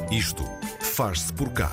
Isto faz-se por cá.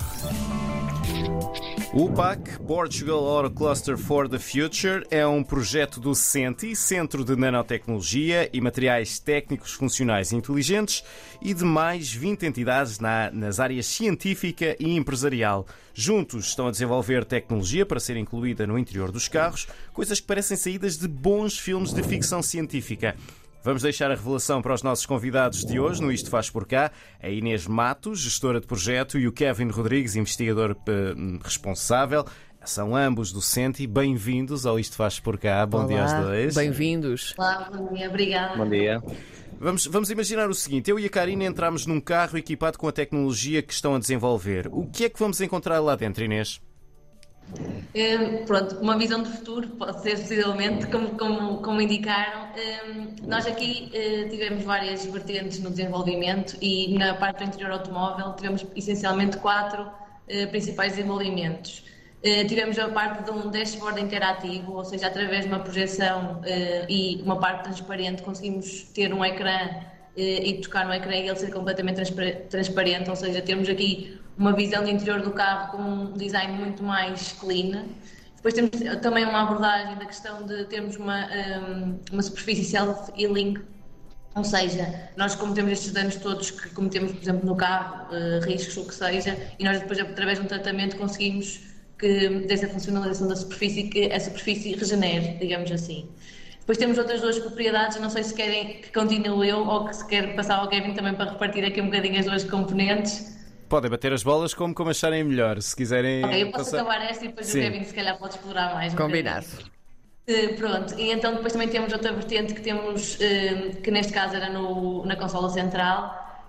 O PAC, Portugal Auto Cluster for the Future, é um projeto do CENTI, Centro de Nanotecnologia e Materiais Técnicos Funcionais Inteligentes, e de mais 20 entidades nas áreas científica e empresarial. Juntos estão a desenvolver tecnologia para ser incluída no interior dos carros, coisas que parecem saídas de bons filmes de ficção científica. Vamos deixar a revelação para os nossos convidados de hoje no Isto Faz Por Cá, a Inês Matos, gestora de projeto, e o Kevin Rodrigues, investigador responsável. São ambos do CENTI. Bem-vindos ao Isto Faz Por Cá. Bom dia aos dois. Bem-vindos. Olá, bom dia, obrigada. Bom dia. Vamos imaginar o seguinte: eu e a Karina entramos num carro equipado com a tecnologia que estão a desenvolver. O que é que vamos encontrar lá dentro, Inês? Pronto, uma visão do futuro, pode ser possivelmente, como indicaram. Nós aqui tivemos várias vertentes no desenvolvimento e na parte do interior automóvel tivemos essencialmente 4 principais desenvolvimentos. Tivemos a parte de um dashboard interativo, ou seja, através de uma projeção e uma parte transparente conseguimos ter um ecrã e tocar no ecrã e ele ser completamente transparente, ou seja, temos aqui uma visão do interior do carro com um design muito mais clean. Depois temos também uma abordagem da questão de termos uma superfície self-healing, ou seja, nós cometemos estes danos todos que cometemos, por exemplo, no carro, riscos, o que seja, e nós depois, através de um tratamento, conseguimos que, dessa funcionalização da superfície, que a superfície regenere, digamos assim. Depois temos outras 2 propriedades, não sei se querem que continue eu ou que se quer passar ao Kevin também para repartir aqui um bocadinho as 2 componentes. Podem bater as bolas como acharem melhor, se quiserem. Ok, eu posso acabar esta e depois o Kevin se calhar pode explorar mais. Combinado. Pronto, e então depois também temos outra vertente que temos, que neste caso era na consola central,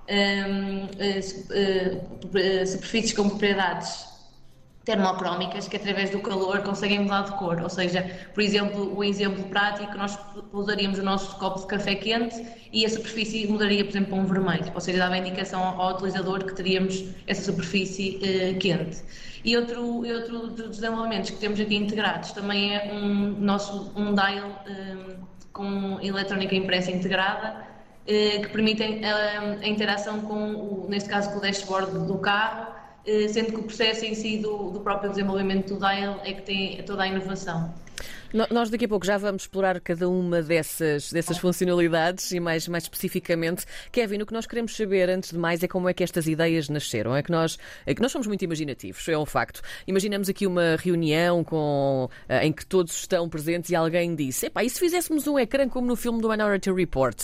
superfícies com propriedades termocrómicas que através do calor conseguem mudar de cor, ou seja, por exemplo, o exemplo prático, nós pousaríamos o nosso copo de café quente e a superfície mudaria, por exemplo, para um vermelho, ou seja, dava a indicação ao utilizador que teríamos essa superfície quente. E outro dos desenvolvimentos que temos aqui integrados também é um dial com eletrónica impressa integrada, que permitem a interação neste caso com o dashboard do carro, sendo que o processo em si do próprio desenvolvimento do dial é que tem toda a inovação. Nós daqui a pouco já vamos explorar cada uma dessas funcionalidades e mais especificamente. Kevin, o que nós queremos saber antes de mais é como é que estas ideias nasceram. É que nós somos muito imaginativos, é um facto. Imaginamos aqui uma reunião em que todos estão presentes e alguém disse: epá, e se fizéssemos um ecrã como no filme do Minority Report?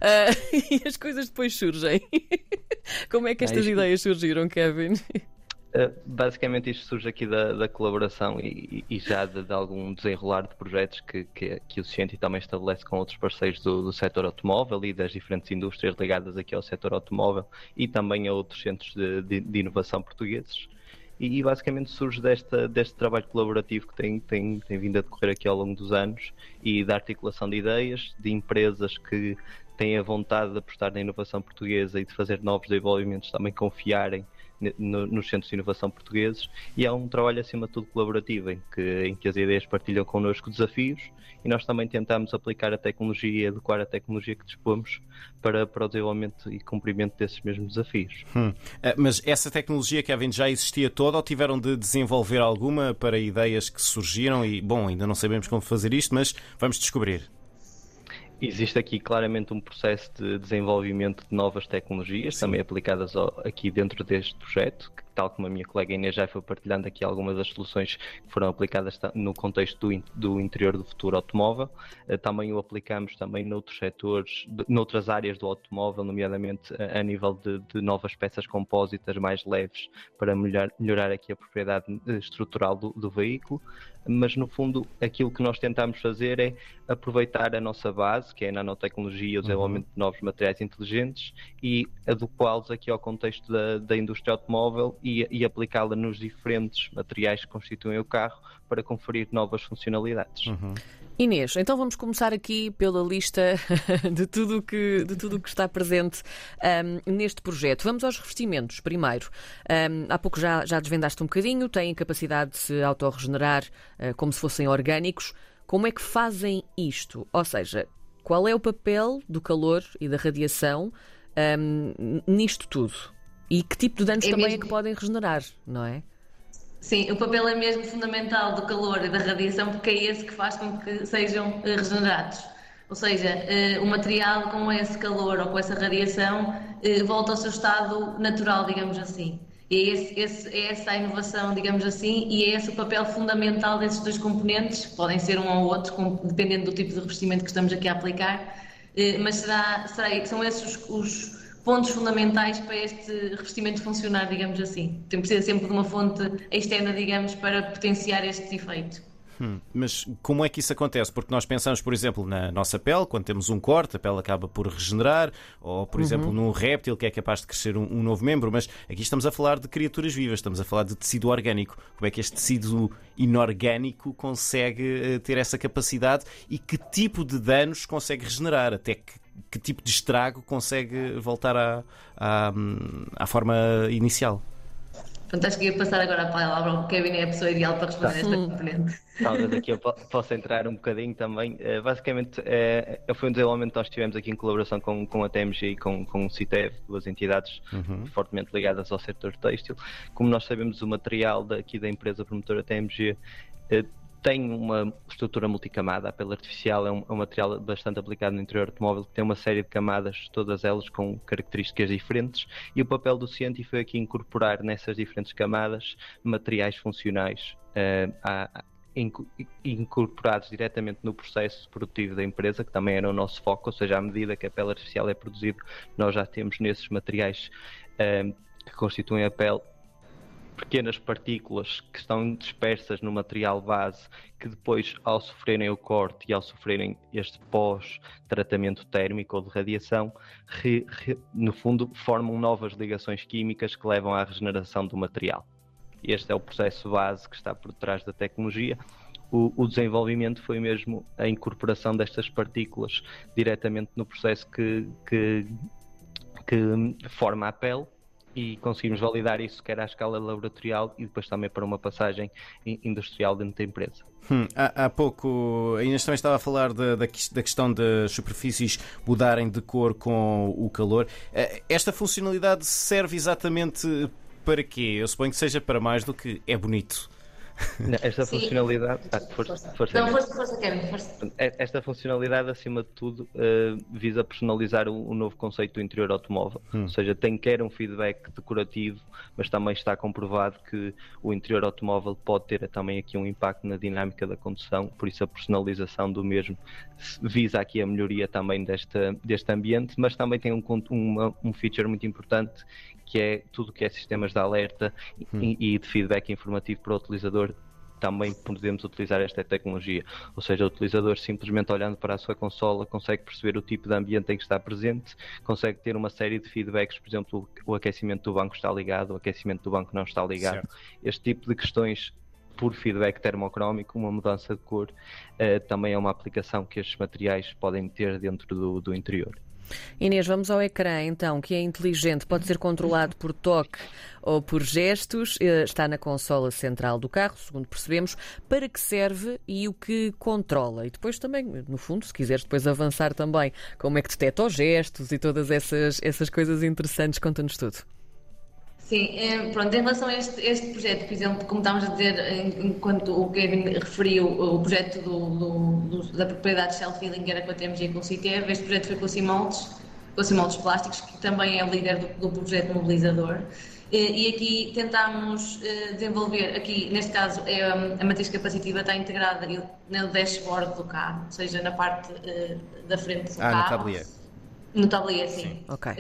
E as coisas depois surgem. Como é que estas ideias surgiram, Kevin? Basicamente isto surge aqui da colaboração e já de algum desenrolar de projetos que o CENTI também estabelece com outros parceiros do setor automóvel e das diferentes indústrias ligadas aqui ao setor automóvel e também a outros centros de inovação portugueses. E basicamente surge deste trabalho colaborativo que tem vindo a decorrer aqui ao longo dos anos e da articulação de ideias, de empresas que têm a vontade de apostar na inovação portuguesa e de fazer novos desenvolvimentos, também confiarem nos centros de inovação portugueses, e é um trabalho acima de tudo colaborativo em que as ideias partilham connosco desafios e nós também tentamos aplicar a tecnologia e adequar a tecnologia que dispomos para o desenvolvimento e cumprimento desses mesmos desafios. Mas essa tecnologia, Kevin, já existia toda ou tiveram de desenvolver alguma para ideias que surgiram e, bom, ainda não sabemos como fazer isto, mas vamos descobrir. Existe aqui claramente um processo de desenvolvimento de novas tecnologias, também aplicadas aqui dentro deste projeto, que, tal como a minha colega Inês já foi partilhando aqui algumas das soluções que foram aplicadas no contexto do interior do futuro automóvel. Também o aplicamos também noutros setores, noutras áreas do automóvel, nomeadamente a nível de novas peças compósitas mais leves para melhorar aqui a propriedade estrutural do veículo. Mas no fundo aquilo que nós tentamos fazer é aproveitar a nossa base, que é a nanotecnologia e o desenvolvimento de novos materiais inteligentes, e adequá-los aqui ao contexto da indústria automóvel e aplicá-la nos diferentes materiais que constituem o carro para conferir novas funcionalidades. Inês, então vamos começar aqui pela lista de tudo o que está presente neste projeto. Vamos aos revestimentos primeiro. Há pouco já desvendaste um bocadinho, têm capacidade de se autorregenerar como se fossem orgânicos. Como é que fazem isto? Ou seja, qual é o papel do calor e da radiação nisto tudo? E que tipo de danos também mesmo... é que podem regenerar, não é? Sim, o papel é mesmo fundamental do calor e da radiação, porque é esse que faz com que sejam regenerados. Ou seja, o material com esse calor ou com essa radiação volta ao seu estado natural, digamos assim. E é essa a inovação, digamos assim, e é esse o papel fundamental desses dois componentes, podem ser um ou outro, dependendo do tipo de revestimento que estamos aqui a aplicar, mas são esses os pontos fundamentais para este revestimento funcionar, digamos assim. Precisa sempre de uma fonte externa, digamos, para potenciar este efeito. Mas como é que isso acontece? Porque nós pensamos, por exemplo, na nossa pele, quando temos um corte, a pele acaba por regenerar, ou, por exemplo, num réptil que é capaz de crescer um novo membro, mas aqui estamos a falar de criaturas vivas, estamos a falar de tecido orgânico. Como é que este tecido inorgânico consegue ter essa capacidade e que tipo de danos consegue regenerar? Até que tipo de estrago consegue voltar à forma inicial? Portanto, acho que ia passar agora a palavra ao Kevin, é a pessoa ideal para responder esta componente. Talvez aqui eu possa entrar um bocadinho também. Basicamente, foi um desenvolvimento que nós tivemos aqui em colaboração com a TMG e com o CITEV, duas entidades fortemente ligadas ao setor têxtil. Como nós sabemos, o material daqui da empresa promotora TMG tem uma estrutura multicamada. A pele artificial é um material bastante aplicado no interior automóvel, que tem uma série de camadas, todas elas com características diferentes, e o papel do Scienti foi aqui incorporar nessas diferentes camadas materiais funcionais incorporados diretamente no processo produtivo da empresa, que também era o nosso foco, ou seja, à medida que a pele artificial é produzida, nós já temos nesses materiais que constituem a pele pequenas partículas que estão dispersas no material base, que depois, ao sofrerem o corte e ao sofrerem este pós-tratamento térmico ou de radiação, no fundo formam novas ligações químicas que levam à regeneração do material. Este é o processo base que está por trás da tecnologia. O desenvolvimento foi mesmo a incorporação destas partículas diretamente no processo que forma a pele, e conseguimos validar isso quer à escala laboratorial e depois também para uma passagem industrial dentro da empresa. Há pouco a Inês também estava a falar da questão das superfícies mudarem de cor com o calor. Esta funcionalidade serve exatamente para quê? Eu suponho que seja para mais do que é bonito. Esta funcionalidade. Força, Kevin, força. Esta funcionalidade, acima de tudo, visa personalizar o novo conceito do interior automóvel. Ou seja, quer um feedback decorativo, mas também está comprovado que o interior automóvel pode ter também aqui um impacto na dinâmica da condução, por isso a personalização do mesmo visa aqui a melhoria também deste ambiente, mas também tem um feature muito importante, que é tudo que é sistemas de alerta e de feedback informativo para o utilizador. Também podemos utilizar esta tecnologia, ou seja, o utilizador simplesmente olhando para a sua consola consegue perceber o tipo de ambiente em que está presente, consegue ter uma série de feedbacks, por exemplo, o aquecimento do banco está ligado, o aquecimento do banco não está ligado, certo. Este tipo de questões por feedback termocrómico, uma mudança de cor, também é uma aplicação que estes materiais podem ter dentro do interior. Inês, vamos ao ecrã então, que é inteligente, pode ser controlado por toque ou por gestos, está na consola central do carro, segundo percebemos. Para que serve e o que controla? E depois também, no fundo, se quiseres depois avançar também, como é que detecta os gestos e todas essas coisas interessantes, conta-nos tudo. Sim, pronto, em relação a este projeto, por exemplo, como estávamos a dizer, enquanto o Kevin referiu o projeto da propriedade self-healing, que era com a TMG e com o CITEV, este projeto foi com o Simoldes Plásticos, que também é o líder do projeto mobilizador. E aqui tentámos desenvolver, aqui neste caso a matriz capacitiva está integrada no dashboard do carro, ou seja, na parte da frente do carro. No tablier. No tablier, sim. Okay.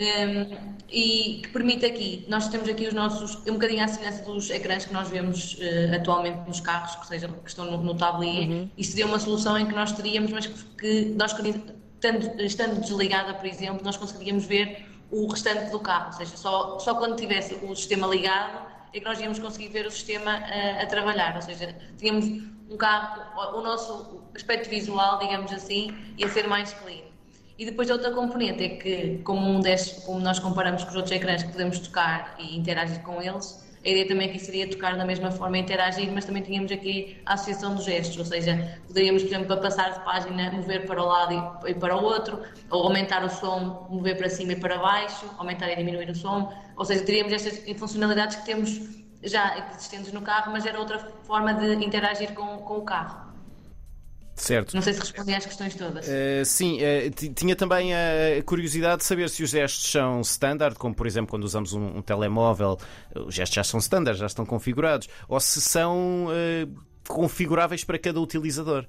E que permite aqui, nós temos aqui os nossos, um bocadinho à semelhança dos ecrãs que nós vemos atualmente nos carros, que estão no tablier. Isto seria uma solução em que nós teríamos, mas que nós, estando desligada, por exemplo, nós conseguiríamos ver o restante do carro, ou seja, só quando tivesse o sistema ligado é que nós íamos conseguir ver o sistema a trabalhar, ou seja, tínhamos um carro, o nosso aspecto visual, digamos assim, ia ser mais clean. E depois a outra componente é que, como nós comparamos com os outros ecrãs que podemos tocar e interagir com eles, a ideia também aqui seria tocar da mesma forma e interagir, mas também tínhamos aqui a associação dos gestos, ou seja, poderíamos, por exemplo, para passar de página, mover para o lado e para o outro, ou aumentar o som, mover para cima e para baixo, aumentar e diminuir o som, ou seja, teríamos estas funcionalidades que temos já existentes no carro, mas era outra forma de interagir com o carro. Certo. Não sei se respondi às questões todas. Sim, tinha também a curiosidade de saber se os gestos são standard, como por exemplo quando usamos um telemóvel, os gestos já são standard, já estão configurados, ou se são configuráveis para cada utilizador.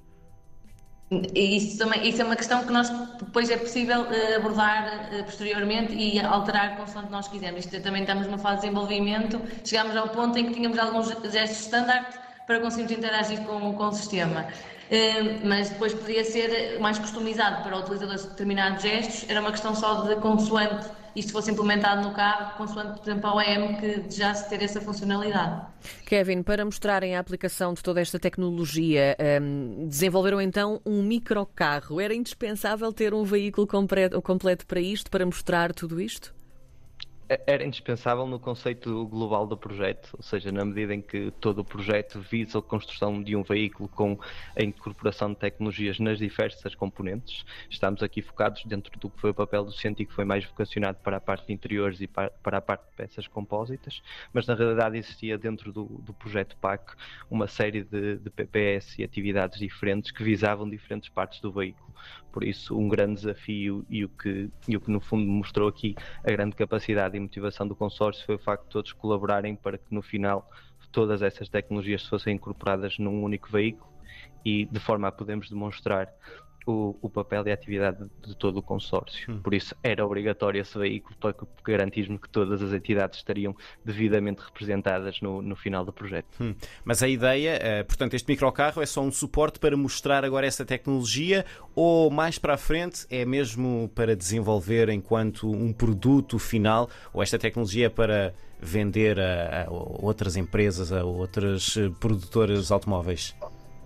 Isso é uma questão que nós depois é possível abordar posteriormente e alterar consoante nós quisermos. Isto também estamos numa fase de desenvolvimento, chegámos ao ponto em que tínhamos alguns gestos standard para conseguirmos interagir com o sistema. Mas depois poderia ser mais customizado para o utilizador de determinados gestos, era uma questão só de consoante isto fosse implementado no carro, consoante, por exemplo, a OEM que desejasse ter essa funcionalidade. Kevin, para mostrarem a aplicação de toda esta tecnologia, desenvolveram então um microcarro. Era indispensável ter um veículo completo para isto, para mostrar tudo isto? Era indispensável no conceito global do projeto, ou seja, na medida em que todo o projeto visa a construção de um veículo com a incorporação de tecnologias nas diversas componentes. Estamos aqui focados dentro do que foi o papel do científico, que foi mais vocacionado para a parte de interiores e para a parte de peças compósitas, mas na realidade existia dentro do projeto PAC uma série de PPS e atividades diferentes que visavam diferentes partes do veículo. Por isso, um grande desafio e o que no fundo mostrou aqui a grande capacidade e motivação do consórcio foi o facto de todos colaborarem para que no final todas essas tecnologias fossem incorporadas num único veículo e de forma a podermos demonstrar o papel e a atividade de todo o consórcio. Por isso era obrigatório esse veículo para garantirmos que todas as entidades estariam devidamente representadas no final do projeto. Mas a ideia, portanto, este microcarro é só um suporte para mostrar agora essa tecnologia ou mais para a frente é mesmo para desenvolver enquanto um produto final ou esta tecnologia é para vender a outras empresas, a outras produtoras de automóveis?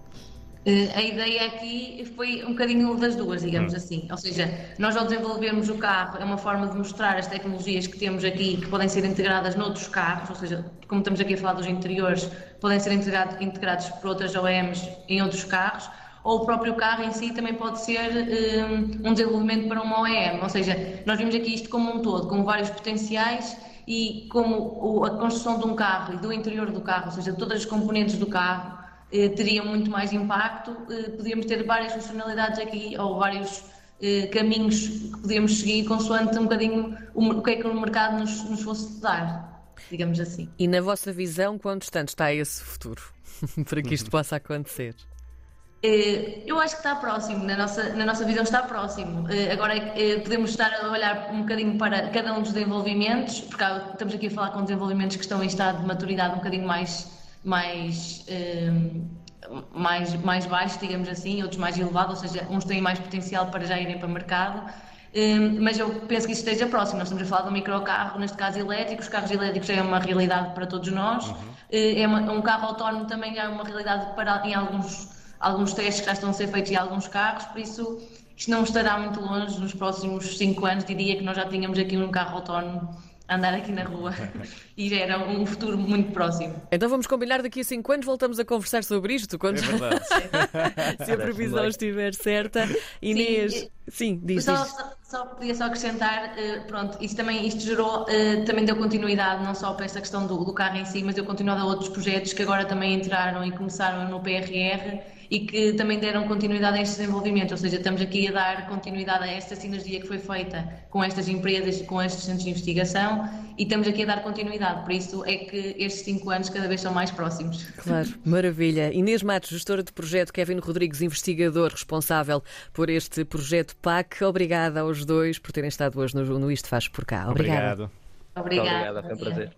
A ideia aqui foi um bocadinho das duas, digamos assim. Ou seja, nós ao desenvolvermos o carro é uma forma de mostrar as tecnologias que temos aqui que podem ser integradas noutros carros, ou seja, como estamos aqui a falar dos interiores, podem ser integrados por outras OEMs em outros carros, ou o próprio carro em si também pode ser um desenvolvimento para uma OEM. Ou seja, nós vimos aqui isto como um todo, com vários potenciais e como a construção de um carro e do interior do carro, ou seja, todas as componentes do carro, teria muito mais impacto, podíamos ter várias funcionalidades aqui ou vários caminhos que podíamos seguir consoante um bocadinho o que é que o mercado nos fosse dar, digamos assim. E na vossa visão, quão distante está esse futuro para que isto possa acontecer? Eu acho que está próximo, na nossa visão está próximo. Agora podemos estar a olhar um bocadinho para cada um dos desenvolvimentos, porque estamos aqui a falar com desenvolvimentos que estão em estado de maturidade um bocadinho mais baixo, digamos assim, outros mais elevado, ou seja, uns têm mais potencial para já irem para o mercado, mas eu penso que isso esteja próximo. Nós estamos a falar de um microcarro, neste caso elétrico, os carros elétricos já é uma realidade para todos nós, um carro autónomo também já é uma realidade em alguns testes que já estão a ser feitos em alguns carros, por isso isto não estará muito longe. Nos próximos 5 anos diria que nós já tínhamos aqui um carro autónomo a andar aqui na rua e já era um futuro muito próximo. Então vamos combinar daqui a 5 anos, voltamos a conversar sobre isto, quando... É verdade. Se a previsão estiver certa. Inês, sim, diz. Podia acrescentar, pronto, isto gerou, também deu continuidade não só para esta questão do carro em si, mas deu continuidade a outros projetos que agora também entraram e começaram no PRR e que também deram continuidade a este desenvolvimento, ou seja, estamos aqui a dar continuidade a esta sinergia que foi feita com estas empresas, com estes centros de investigação e estamos aqui a dar continuidade, por isso é que estes 5 anos cada vez são mais próximos. Claro, maravilha. Inês Matos, gestora de projeto, Kevin Rodrigues, investigador responsável por este projeto PAC, obrigada aos dois por terem estado hoje no Isto Faz Por Cá. Obrigado. Obrigada. Foi um prazer.